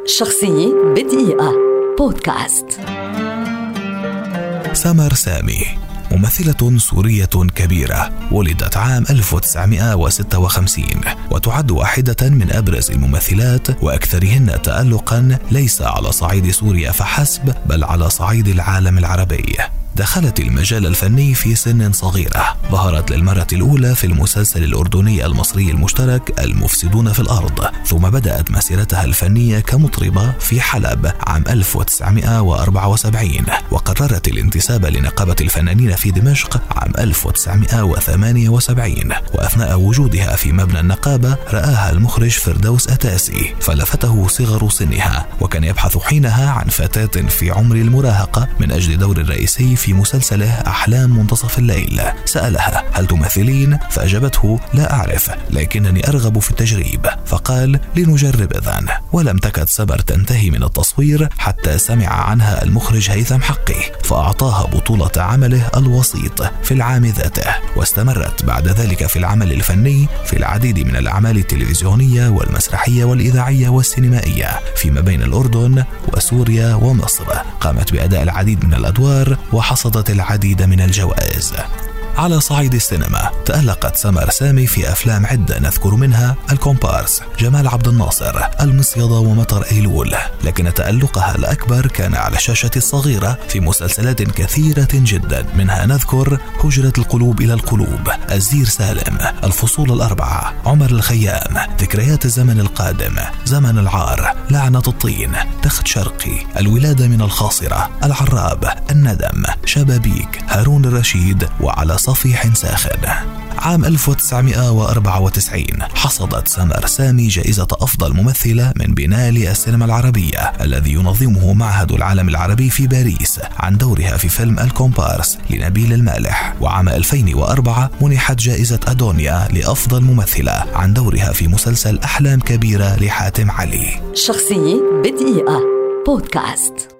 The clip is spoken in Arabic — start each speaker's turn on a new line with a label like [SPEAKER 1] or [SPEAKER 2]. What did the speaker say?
[SPEAKER 1] شخصية بدقيقة بودكاست.
[SPEAKER 2] سمر سامي ممثلة سورية كبيرة، ولدت عام 1956 وتعد واحدة من أبرز الممثلات وأكثرهن تألقا ليس على صعيد سوريا فحسب بل على صعيد العالم العربي. دخلت المجال الفني في سن صغيرة، ظهرت للمرة الأولى في المسلسل الأردني المصري المشترك المفسدون في الأرض، ثم بدأت مسيرتها الفنية كمطربة في حلب عام 1974، وقررت الانتساب لنقابة الفنانين في دمشق عام 1978. وأثناء وجودها في مبنى النقابة رآها المخرج فردوس أتاسي فلفته صغر سنها، وكان يبحث حينها عن فتاة في عمر المراهقة من أجل دور الرئيسي في مسلسله أحلام منتصف الليل. سألها: هل تمثلين؟ فأجابته: لا أعرف، لكنني أرغب في التجريب. فقال: لنجرب إذن. ولم تكد سمر تنتهي من التصوير حتى سمع عنها المخرج هيثم حقي، فأعطاها بطولة عمله الوسيط في العام ذاته، واستمرت بعد ذلك في العمل الفني في العديد من الأعمال التلفزيونية والمسرحية والإذاعية والسينمائية فيما بين الأردن وسوريا ومصر. قامت بأداء العديد من الأدوار وحصدت العديد من الجوائز. على صعيد السينما تألقت سمر سامي في أفلام عدة، نذكر منها الكومبارس، جمال عبد الناصر، المصيدة ومطر أيلول، لكن تألقها الأكبر كان على الشاشة الصغيرة في مسلسلات كثيرة جدا، منها نذكر هجرة القلوب إلى القلوب، الزير سالم، الفصول الأربعة، عمر الخيام، ذكريات الزمن القادم، زمن العار، لعنة الطين، تخت شرقي، الولادة من الخاصرة، العراب، الندم، شبابيك، هارون الرشيد، وعلى صفيح ساخن. عام 1994 حصدت سمر سامي جائزة أفضل ممثلة من بنال السينما العربية الذي ينظمه معهد العالم العربي في باريس عن دورها في فيلم الكومبارس لنبيل المالح. وعام 2004 منحت جائزة أدونيا لأفضل ممثلة عن دورها في مسلسل أحلام كبيرة لحاتم علي.
[SPEAKER 1] شخصية بدقيقة بودكاست.